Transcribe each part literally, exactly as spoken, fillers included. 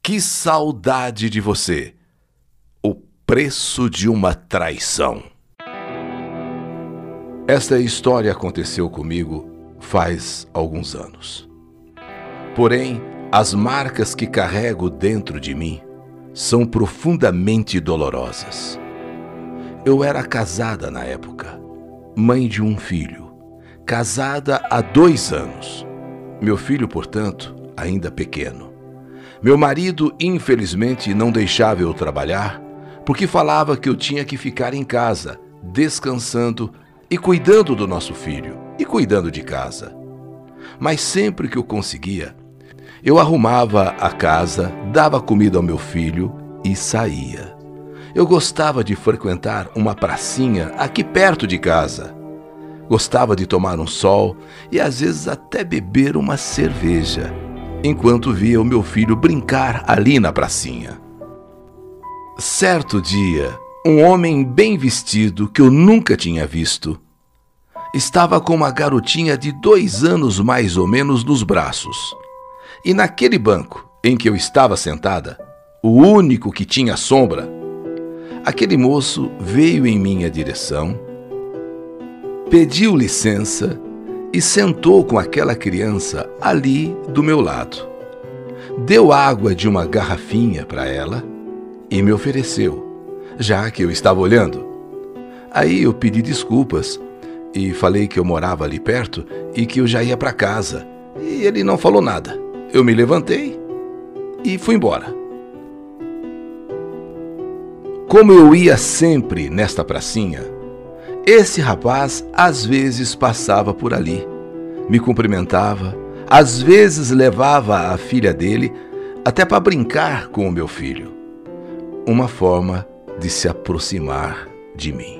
Que saudade de você! O preço de uma traição. Esta história aconteceu comigo faz alguns anos. Porém, as marcas que carrego dentro de mim são profundamente dolorosas. Eu era casada na época, mãe de um filho, casada há dois anos. Meu filho, portanto, ainda pequeno. Meu marido, infelizmente, não deixava eu trabalhar, porque falava que eu tinha que ficar em casa, descansando e cuidando do nosso filho, e cuidando de casa. Mas sempre que eu conseguia, eu arrumava a casa, dava comida ao meu filho e saía. Eu gostava de frequentar uma pracinha aqui perto de casa. Gostava de tomar um sol e às vezes até beber uma cerveja, enquanto via o meu filho brincar ali na pracinha. Certo dia, um homem bem vestido que eu nunca tinha visto estava com uma garotinha de dois anos mais ou menos nos braços. E naquele banco em que eu estava sentada, o único que tinha sombra, aquele moço veio em minha direção, pediu licença e sentou com aquela criança ali do meu lado. Deu água de uma garrafinha para ela e me ofereceu, já que eu estava olhando. Aí eu pedi desculpas e falei que eu morava ali perto e que eu já ia para casa. E ele não falou nada. Eu me levantei e fui embora. Como eu ia sempre nesta pracinha, esse rapaz às vezes passava por ali, me cumprimentava, às vezes levava a filha dele até para brincar com o meu filho. Uma forma de se aproximar de mim.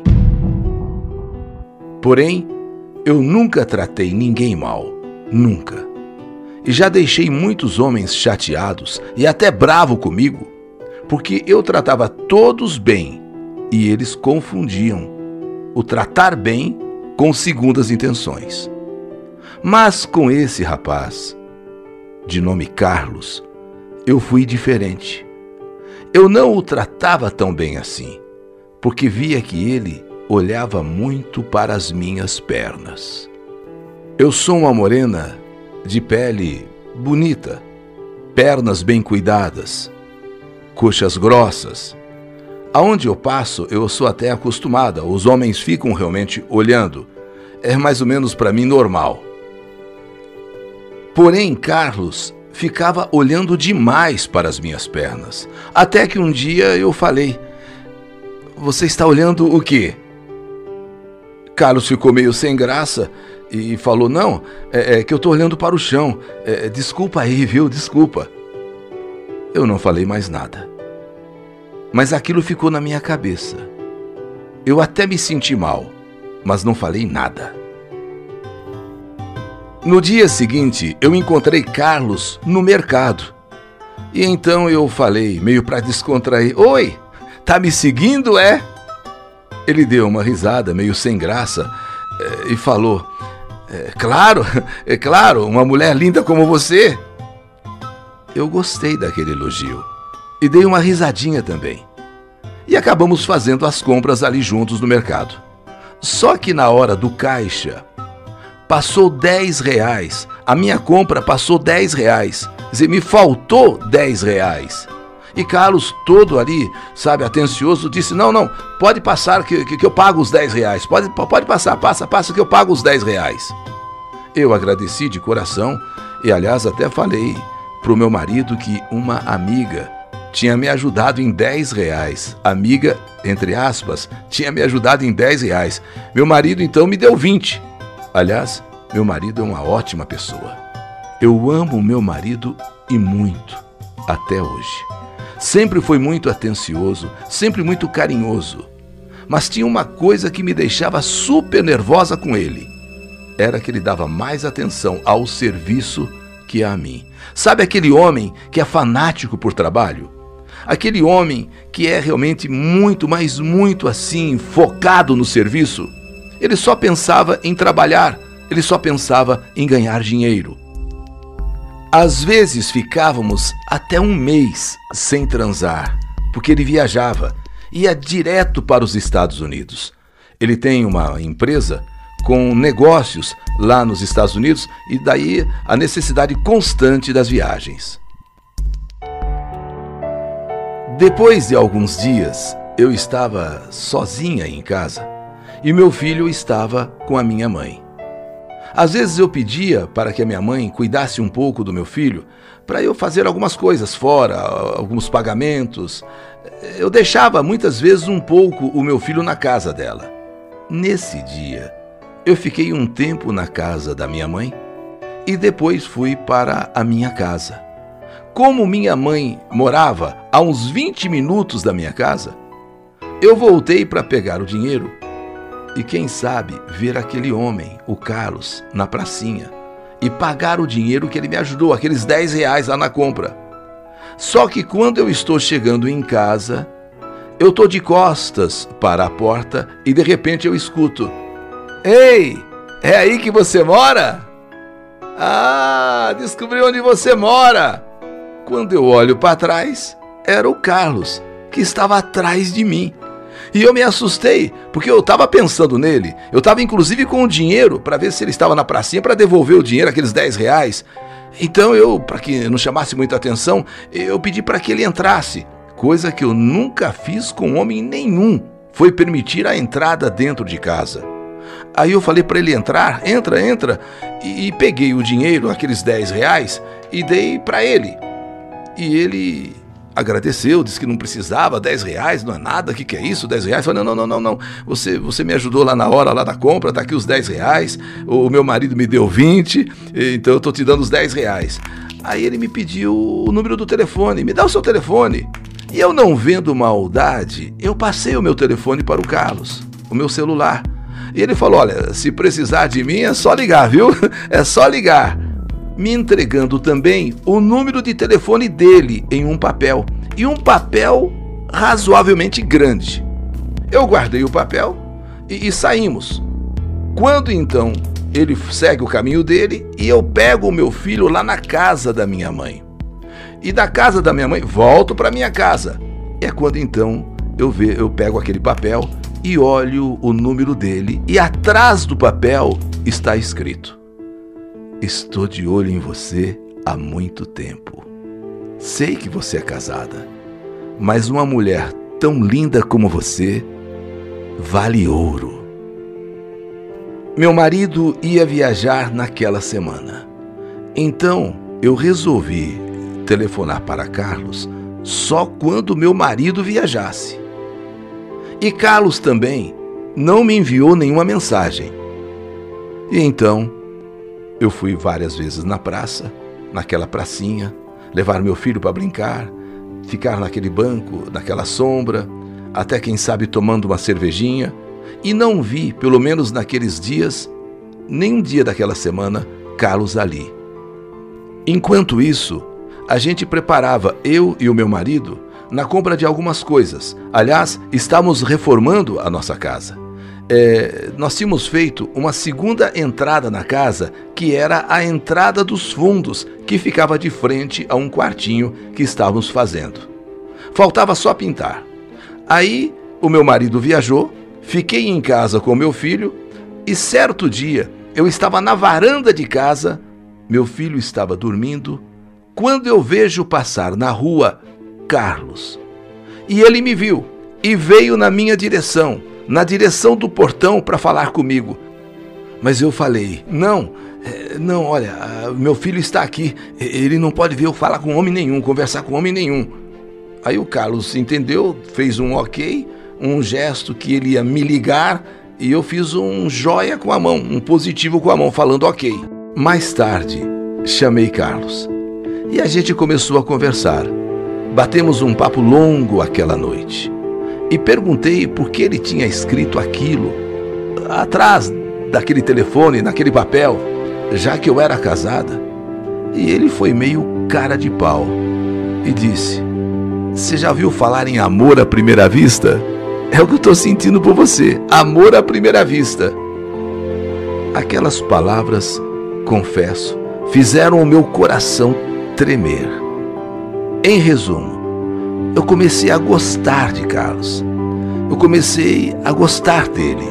Porém, eu nunca tratei ninguém mal, nunca. E já deixei muitos homens chateados e até bravo comigo, porque eu tratava todos bem e eles confundiam o tratar bem com segundas intenções. Mas com esse rapaz, de nome Carlos, eu fui diferente. Eu não o tratava tão bem assim, porque via que ele olhava muito para as minhas pernas. Eu sou uma morena de pele bonita, pernas bem cuidadas, coxas grossas. Aonde eu passo, eu sou até acostumada, os homens ficam realmente olhando. É mais ou menos para mim normal. Porém, Carlos ficava olhando demais para as minhas pernas. Até que um dia eu falei: "Você está olhando o quê?" Carlos ficou meio sem graça e falou: "Não, é, é que eu estou olhando para o chão. É, desculpa aí, viu? Desculpa." Eu não falei mais nada. Mas aquilo ficou na minha cabeça. Eu até me senti mal, mas não falei nada. No dia seguinte, eu encontrei Carlos no mercado. E então eu falei, meio para descontrair: "Oi, tá me seguindo, é?" Ele deu uma risada, meio sem graça, e falou: é, claro, é claro, uma mulher linda como você." Eu gostei daquele elogio e dei uma risadinha também. E acabamos fazendo as compras ali juntos no mercado. Só que na hora do caixa, passou dez reais. A minha compra passou dez reais. Quer dizer, me faltou dez reais. E Carlos, todo ali, sabe, atencioso, disse: "Não, não, pode passar que, que, que eu pago os dez reais. Pode, pode passar, passa, passa que eu pago os dez reais. Eu agradeci de coração e, aliás, até falei pro meu marido que uma amiga tinha me ajudado em dez reais. Amiga, entre aspas, tinha me ajudado em dez reais. Meu marido, então, me deu vinte. Aliás, meu marido é uma ótima pessoa. Eu amo meu marido e muito, até hoje. Sempre foi muito atencioso, sempre muito carinhoso. Mas tinha uma coisa que me deixava super nervosa com ele. Era que ele dava mais atenção ao serviço que a mim. Sabe aquele homem que é fanático por trabalho? Aquele homem que é realmente muito, mas muito assim, focado no serviço? Ele só pensava em trabalhar, ele só pensava em ganhar dinheiro. Às vezes ficávamos até um mês sem transar, porque ele viajava, ia direto para os Estados Unidos. Ele tem uma empresa com negócios lá nos Estados Unidos e daí a necessidade constante das viagens. Depois de alguns dias, eu estava sozinha em casa e meu filho estava com a minha mãe. Às vezes eu pedia para que a minha mãe cuidasse um pouco do meu filho, para eu fazer algumas coisas fora, alguns pagamentos. Eu deixava muitas vezes um pouco o meu filho na casa dela. Nesse dia, eu fiquei um tempo na casa da minha mãe e depois fui para a minha casa. Como minha mãe morava a uns vinte minutos da minha casa, eu voltei para pegar o dinheiro e, quem sabe, ver aquele homem, o Carlos, na pracinha e pagar o dinheiro que ele me ajudou, aqueles dez reais lá na compra. Só que quando eu estou chegando em casa, eu estou de costas para a porta e de repente eu escuto: "Ei, é aí que você mora? Ah, descobri onde você mora." Quando eu olho para trás, era o Carlos, que estava atrás de mim. E eu me assustei, porque eu estava pensando nele. Eu estava inclusive com o dinheiro para ver se ele estava na pracinha para devolver o dinheiro, aqueles dez reais. Então eu, para que não chamasse muita atenção, eu pedi para que ele entrasse. Coisa que eu nunca fiz com homem nenhum, foi permitir a entrada dentro de casa. Aí eu falei para ele entrar, entra, entra, e, e peguei o dinheiro, aqueles dez reais, e dei para ele. E ele agradeceu, disse que não precisava, dez reais, não é nada, o que, que é isso, dez reais? Eu falei, não, não, não, não, você, você me ajudou lá na hora, lá da compra, tá aqui os dez reais, o meu marido me deu vinte, então eu tô te dando os dez reais. Aí ele me pediu o número do telefone, me dá o seu telefone. E eu, não vendo maldade, eu passei o meu telefone para o Carlos, o meu celular. E ele falou, olha, se precisar de mim é só ligar, viu? É só ligar. Me entregando também o número de telefone dele em um papel, e um papel razoavelmente grande. Eu guardei o papel e, e saímos. Quando então ele segue o caminho dele e eu pego o meu filho lá na casa da minha mãe. E da casa da minha mãe volto para minha casa. É quando então eu, ve, eu pego aquele papel e olho o número dele, e atrás do papel está escrito: "Estou de olho em você há muito tempo. Sei que você é casada, mas uma mulher tão linda como você vale ouro." Meu marido ia viajar naquela semana. Então eu resolvi telefonar para Carlos só quando meu marido viajasse. E Carlos também não me enviou nenhuma mensagem. E então eu fui várias vezes na praça, naquela pracinha, levar meu filho para brincar, ficar naquele banco, naquela sombra, até quem sabe tomando uma cervejinha, e não vi, pelo menos naqueles dias, nenhum dia daquela semana, Carlos ali. Enquanto isso, a gente preparava, eu e o meu marido, na compra de algumas coisas. Aliás, estávamos reformando a nossa casa. É, nós tínhamos feito uma segunda entrada na casa, que era a entrada dos fundos, que ficava de frente a um quartinho que estávamos fazendo. Faltava só pintar. Aí o meu marido viajou, fiquei em casa com meu filho, e certo dia eu estava na varanda de casa, meu filho estava dormindo, quando eu vejo passar na rua Carlos. E ele me viu e veio na minha direção, na direção do portão, para falar comigo. Mas eu falei, não, não, olha, meu filho está aqui, ele não pode ver eu falar com homem nenhum, conversar com homem nenhum. Aí o Carlos entendeu, fez um ok, um gesto que ele ia me ligar, e eu fiz um joia com a mão, um positivo com a mão, falando ok. Mais tarde, chamei Carlos e a gente começou a conversar. Batemos um papo longo aquela noite e perguntei por que ele tinha escrito aquilo atrás daquele telefone, naquele papel, já que eu era casada. E ele foi meio cara de pau e disse: "Você já ouviu falar em amor à primeira vista? É o que eu estou sentindo por você, amor à primeira vista." Aquelas palavras, confesso, fizeram o meu coração tremer. Em resumo, eu comecei a gostar de Carlos. Eu comecei a gostar dele.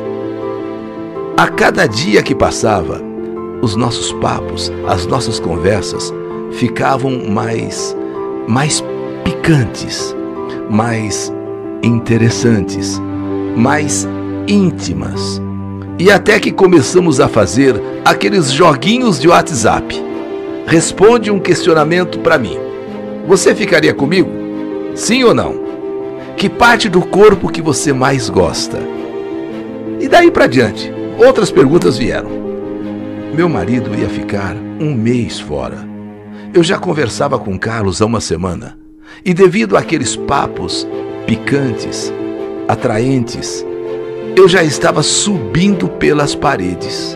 A cada dia que passava, os nossos papos, as nossas conversas ficavam mais, mais picantes, mais interessantes, mais íntimas. E até que começamos a fazer aqueles joguinhos de WhatsApp. Responde um questionamento para mim. Você ficaria comigo? Sim ou não? Que parte do corpo que você mais gosta? E daí para diante, outras perguntas vieram. Meu marido ia ficar um mês fora. Eu já conversava com Carlos há uma semana. E devido àqueles papos picantes, atraentes, eu já estava subindo pelas paredes.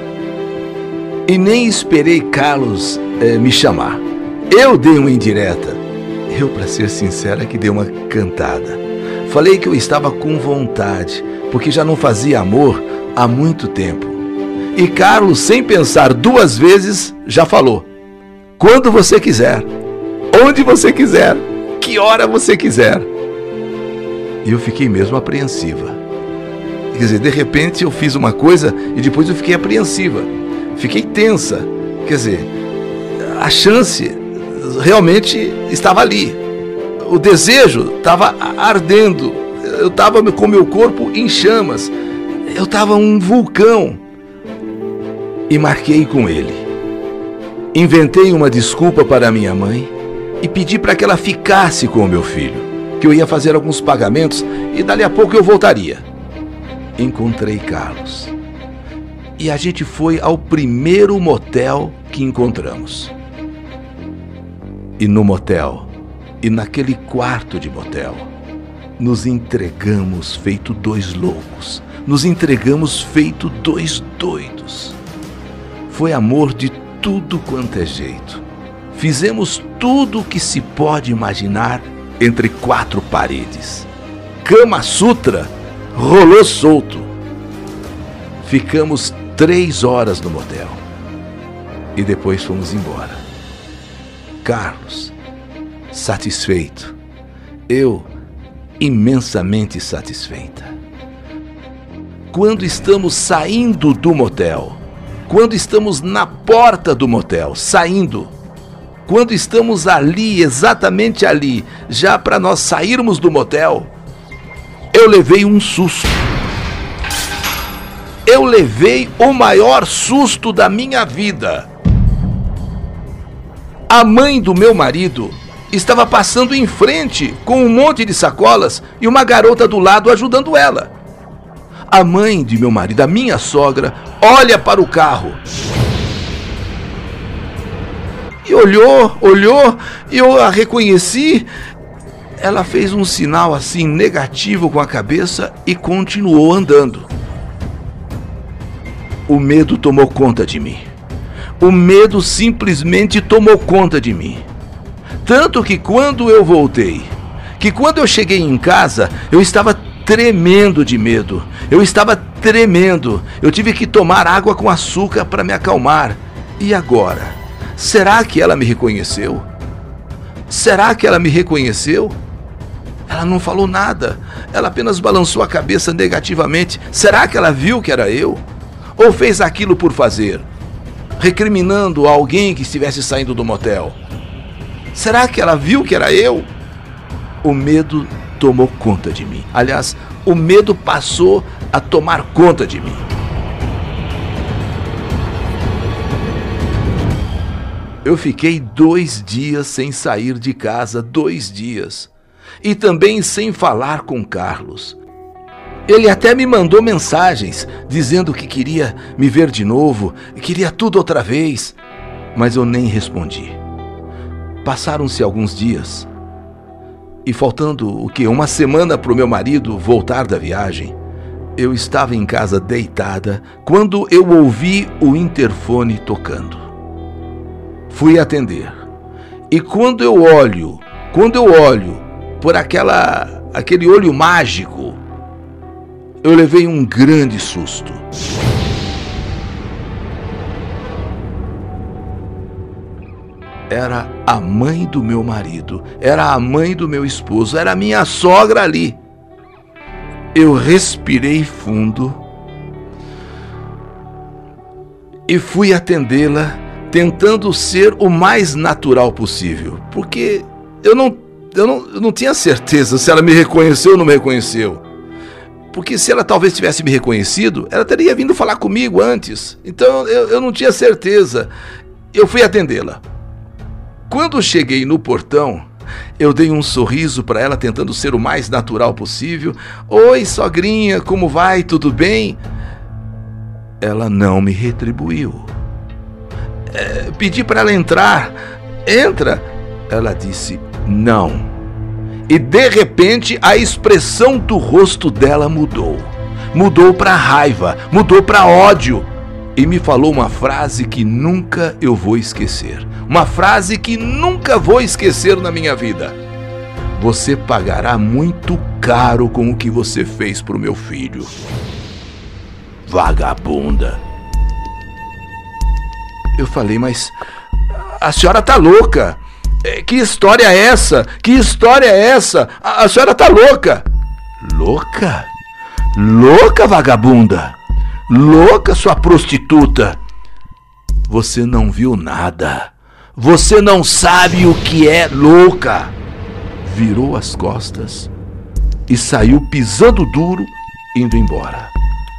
E nem esperei Carlos eh, me chamar. Eu dei uma indireta. Eu, para ser sincera, que dei uma cantada. Falei que eu estava com vontade, porque já não fazia amor há muito tempo. E Carlos, sem pensar duas vezes, já falou: quando você quiser, onde você quiser, que hora você quiser. E eu fiquei mesmo apreensiva. Quer dizer, de repente eu fiz uma coisa e depois eu fiquei apreensiva. Fiquei tensa. Quer dizer, a chance realmente estava ali. O desejo estava ardendo. Eu estava com meu corpo em chamas. Eu estava um vulcão. E marquei com ele. Inventei uma desculpa para minha mãe e pedi para que ela ficasse com o meu filho, que eu ia fazer alguns pagamentos e dali a pouco eu voltaria. Encontrei Carlos. E a gente foi ao primeiro motel que encontramos. E no motel, e naquele quarto de motel, nos entregamos feito dois loucos. Nos entregamos feito dois doidos. Foi amor de tudo quanto é jeito. Fizemos tudo o que se pode imaginar entre quatro paredes. Kama Sutra rolou solto. Ficamos três horas no motel. E depois fomos embora. Carlos, satisfeito. Eu, imensamente satisfeita. Quando estamos saindo do motel, quando estamos na porta do motel, saindo, quando estamos ali, exatamente ali, já para nós sairmos do motel, eu levei um susto. Eu levei o maior susto da minha vida. A mãe do meu marido estava passando em frente com um monte de sacolas e uma garota do lado ajudando ela. A mãe de meu marido, a minha sogra, olha para o carro. E olhou, olhou, e eu a reconheci. Ela fez um sinal assim negativo com a cabeça e continuou andando. O medo tomou conta de mim. O medo simplesmente tomou conta de mim. Tanto que quando eu voltei, que quando eu cheguei em casa, eu estava tremendo de medo. Eu estava tremendo. Eu tive que tomar água com açúcar para me acalmar. E agora? Será que ela me reconheceu? Será que ela me reconheceu? Ela não falou nada. Ela apenas balançou a cabeça negativamente. Será que ela viu que era eu? Ou fez aquilo por fazer, recriminando alguém que estivesse saindo do motel? Será que ela viu que era eu? O medo tomou conta de mim. Aliás, o medo passou a tomar conta de mim. Eu fiquei dois dias sem sair de casa, dois dias. E também sem falar com Carlos. Ele até me mandou mensagens dizendo que queria me ver de novo, queria tudo outra vez, mas eu nem respondi. Passaram-se alguns dias e faltando o quê? Uma semana para o meu marido voltar da viagem, eu estava em casa deitada quando eu ouvi o interfone tocando. Fui atender e quando eu olho, quando eu olho por aquela, aquele olho mágico, eu levei um grande susto. Era a mãe do meu marido, era a mãe do meu esposo, era a minha sogra ali. Eu respirei fundo e fui atendê-la, tentando ser o mais natural possível, porque eu não, eu, não, eu não tinha certeza se ela me reconheceu ou não me reconheceu. Porque se ela talvez tivesse me reconhecido, ela teria vindo falar comigo antes. Então eu, eu não tinha certeza. Eu fui atendê-la. Quando cheguei no portão, eu dei um sorriso para ela, tentando ser o mais natural possível. Oi, sogrinha, como vai? Tudo bem? Ela não me retribuiu. É, pedi para ela entrar. Entra. Ela disse não. E de repente a expressão do rosto dela mudou. Mudou para raiva, mudou para ódio. E me falou uma frase que nunca eu vou esquecer. Uma frase que nunca vou esquecer na minha vida. Você pagará muito caro com o que você fez pro meu filho. Vagabunda. Eu falei, mas a senhora tá louca. Que história é essa? Que história é essa? A, a senhora tá louca. Louca? Louca, vagabunda? Louca, sua prostituta? Você não viu nada. Você não sabe o que é louca. Virou as costas e saiu pisando duro, indo embora.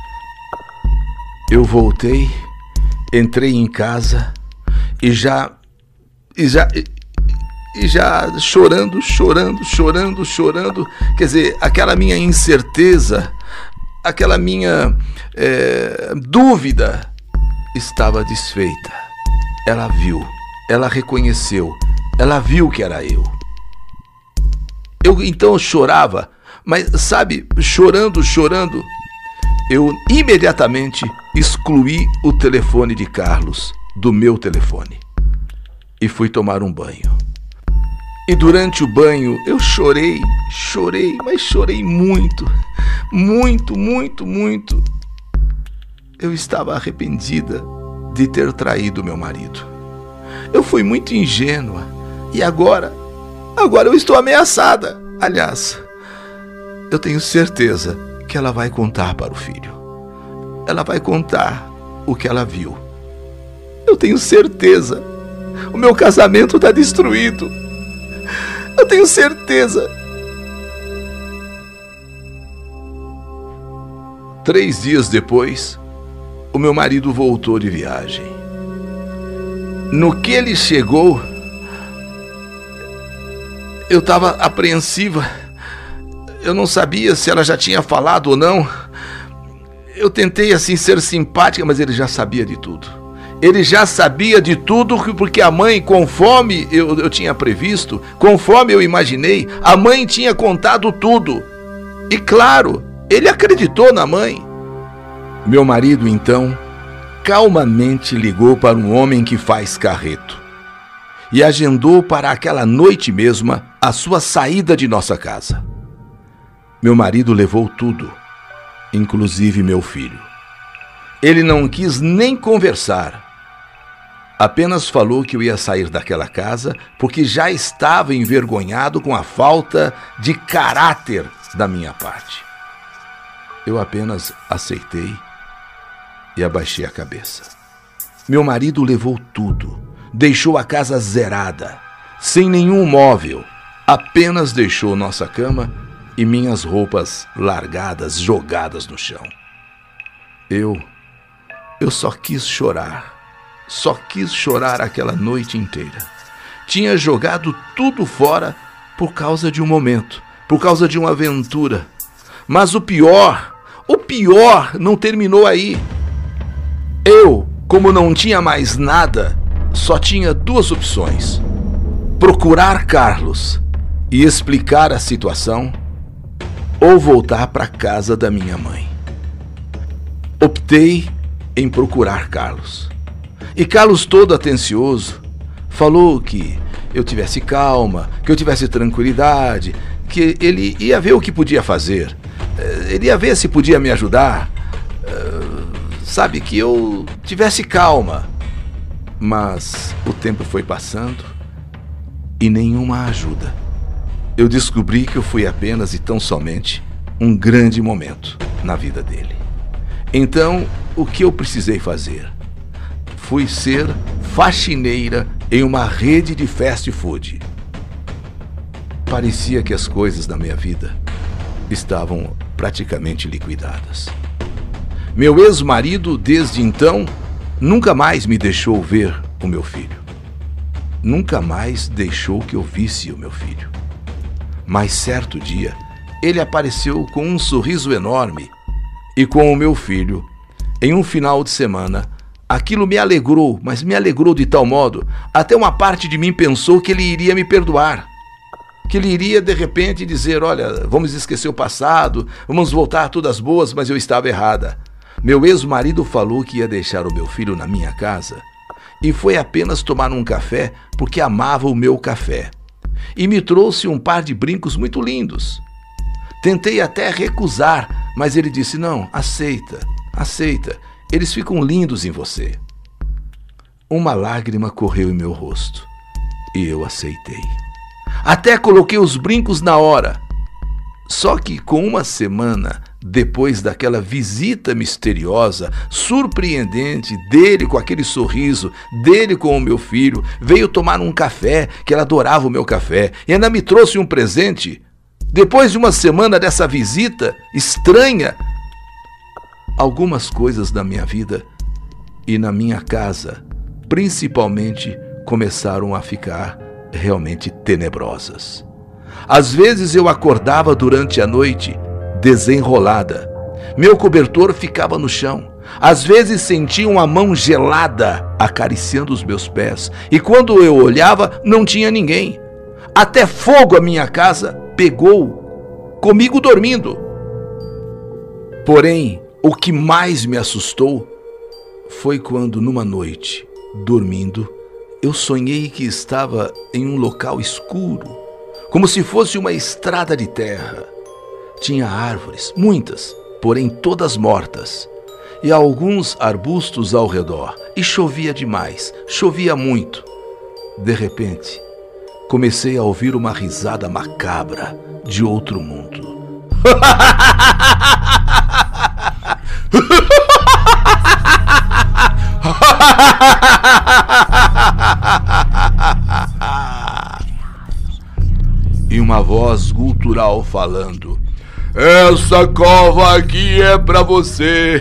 Eu voltei, entrei em casa e já... E já... E já chorando, chorando, chorando, chorando. Quer dizer, aquela minha incerteza, aquela minha é, dúvida estava desfeita. Ela viu, ela reconheceu, ela viu que era eu. Eu então chorava, mas sabe, chorando, chorando, eu imediatamente excluí o telefone de Carlos do meu telefone e fui tomar um banho. E durante o banho eu chorei, chorei, mas chorei muito, muito, muito, muito. Eu estava arrependida de ter traído meu marido. Eu fui muito ingênua e agora, agora eu estou ameaçada. Aliás, eu tenho certeza que ela vai contar para o filho. Ela vai contar o que ela viu. Eu tenho certeza. O meu casamento está destruído. Eu tenho certeza. Três dias depois, o meu marido voltou de viagem. No que ele chegou, eu estava apreensiva. Eu não sabia se ela já tinha falado ou não. Eu tentei assim ser simpática, mas ele já sabia de tudo. Ele já sabia de tudo, porque a mãe, conforme eu, eu tinha previsto, conforme eu imaginei, a mãe tinha contado tudo. E claro, ele acreditou na mãe. Meu marido, então, calmamente ligou para um homem que faz carreto e agendou para aquela noite mesma a sua saída de nossa casa. Meu marido levou tudo, inclusive meu filho. Ele não quis nem conversar. Apenas falou que eu ia sair daquela casa porque já estava envergonhado com a falta de caráter da minha parte. Eu apenas aceitei e abaixei a cabeça. Meu marido levou tudo, deixou a casa zerada, sem nenhum móvel, apenas deixou nossa cama e minhas roupas largadas, jogadas no chão. Eu, eu só quis chorar. Só quis chorar aquela noite inteira. Tinha jogado tudo fora por causa de um momento, por causa de uma aventura. Mas o pior, o pior não terminou aí. Eu, como não tinha mais nada, só tinha duas opções: procurar Carlos e explicar a situação, ou voltar para a casa da minha mãe. Optei em procurar Carlos. E Carlos, todo atencioso, falou que eu tivesse calma, que eu tivesse tranquilidade, que ele ia ver o que podia fazer. Ele ia ver se podia me ajudar. Sabe, que eu tivesse calma. Mas o tempo foi passando e nenhuma ajuda. Eu descobri que eu fui apenas e tão somente um grande momento na vida dele. Então, o que eu precisei fazer? Fui ser faxineira em uma rede de fast food. Parecia que as coisas da minha vida estavam praticamente liquidadas. Meu ex-marido, desde então, nunca mais me deixou ver o meu filho. Nunca mais deixou que eu visse o meu filho. Mas certo dia, ele apareceu com um sorriso enorme e com o meu filho em um final de semana. Aquilo me alegrou, mas me alegrou de tal modo, até uma parte de mim pensou que ele iria me perdoar. Que ele iria, de repente, dizer, olha, vamos esquecer o passado, vamos voltar a todas boas, mas eu estava errada. Meu ex-marido falou que ia deixar o meu filho na minha casa e foi apenas tomar um café porque amava o meu café. E me trouxe um par de brincos muito lindos. Tentei até recusar, mas ele disse, não, aceita, aceita. Eles ficam lindos em você. Uma lágrima correu em meu rosto e eu aceitei. Até coloquei os brincos na hora. Só que com uma semana depois daquela visita misteriosa, surpreendente, dele com aquele sorriso, dele com o meu filho, veio tomar um café, que ela adorava o meu café, e ainda me trouxe um presente. Depois de uma semana dessa visita estranha, algumas coisas da minha vida e na minha casa, principalmente, começaram a ficar realmente tenebrosas. Às vezes eu acordava durante a noite desenrolada. Meu cobertor ficava no chão. Às vezes sentia uma mão gelada acariciando os meus pés. E quando eu olhava, não tinha ninguém. Até fogo a minha casa pegou, comigo dormindo. Porém, o que mais me assustou foi quando, numa noite, dormindo, eu sonhei que estava em um local escuro, como se fosse uma estrada de terra. Tinha árvores, muitas, porém todas mortas, e alguns arbustos ao redor, e chovia demais, chovia muito. De repente, comecei a ouvir uma risada macabra de outro mundo. E uma voz gutural falando: essa cova aqui é pra você.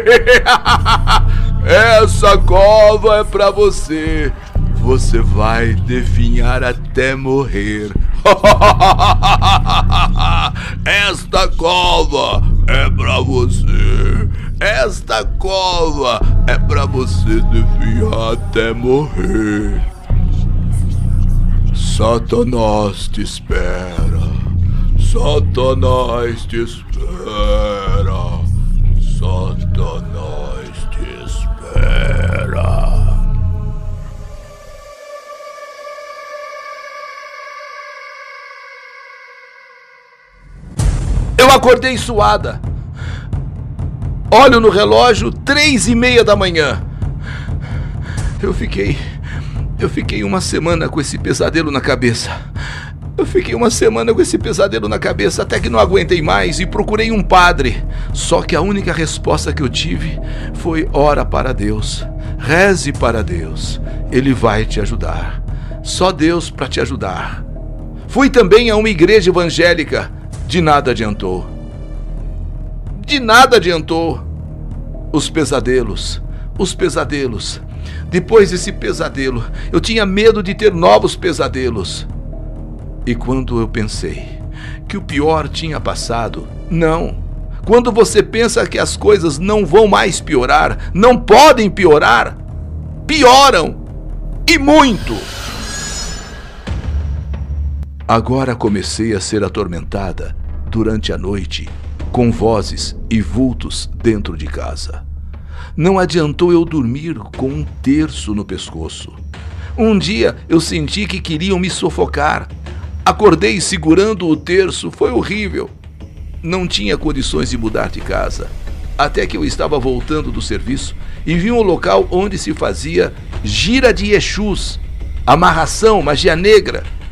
Essa cova é pra você. Você vai definhar até morrer. Esta cova é pra você. Esta cova é pra você definhar até morrer. Satanás te espera. Satanás te espera. Satanás te espera. Eu acordei suada. Olho no relógio, três e meia da manhã. Eu fiquei... Eu fiquei uma semana com esse pesadelo na cabeça. Eu fiquei uma semana com esse pesadelo na cabeça até que não aguentei mais e procurei um padre. Só que a única resposta que eu tive foi: ora para Deus, reze para Deus, Ele vai te ajudar. Só Deus para te ajudar. Fui também a uma igreja evangélica. De nada adiantou. De nada adiantou. Os pesadelos, os pesadelos. Depois desse pesadelo, eu tinha medo de ter novos pesadelos. E quando eu pensei que o pior tinha passado, não. Quando você pensa que as coisas não vão mais piorar, não podem piorar, pioram, e muito. Agora comecei a ser atormentada durante a noite, com vozes e vultos dentro de casa. Não adiantou eu dormir com um terço no pescoço. Um dia eu senti que queriam me sufocar. Acordei segurando o terço, foi horrível. Não tinha condições de mudar de casa. Até que eu estava voltando do serviço e vi um local onde se fazia gira de Exus, amarração, magia negra.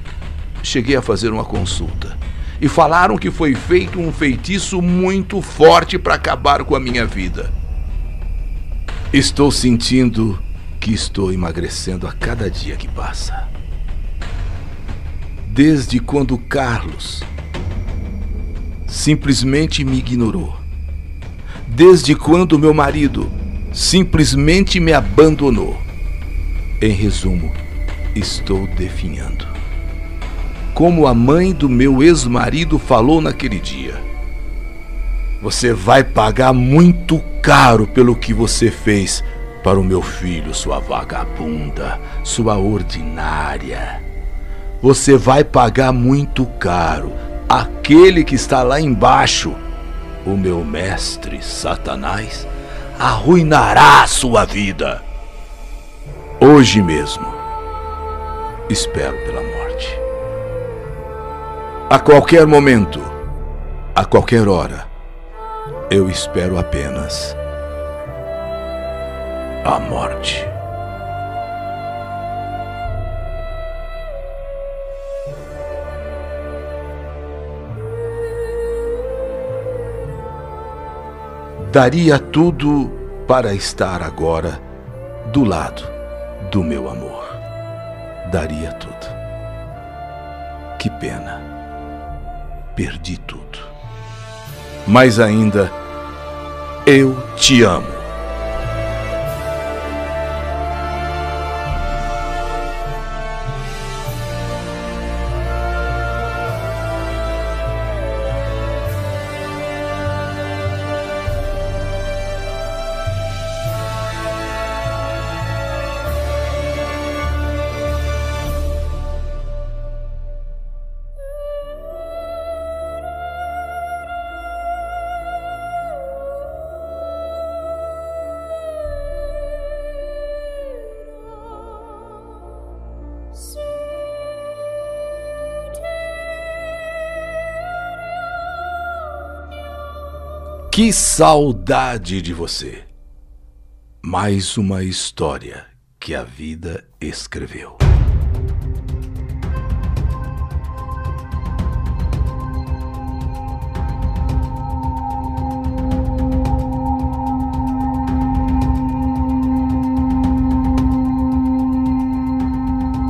cheguei a fazer uma consulta e falaram que foi feito um feitiço muito forte para acabar com a minha vida. Estou sentindo que estou emagrecendo a cada dia que passa. Desde quando Carlos simplesmente me ignorou. Desde quando meu marido simplesmente me abandonou. Em resumo, estou definhando. Como a mãe do meu ex-marido falou naquele dia: você vai pagar muito caro pelo que você fez para o meu filho, sua vagabunda, sua ordinária. Você vai pagar muito caro. Aquele que está lá embaixo, o meu mestre Satanás, arruinará a sua vida. Hoje mesmo, espero pela morte. A qualquer momento, a qualquer hora, eu espero apenas a morte. Daria tudo para estar agora do lado do meu amor. Daria tudo. Que pena. Perdi tudo. Mas ainda eu te amo. Que saudade de você! Mais uma história que a vida escreveu.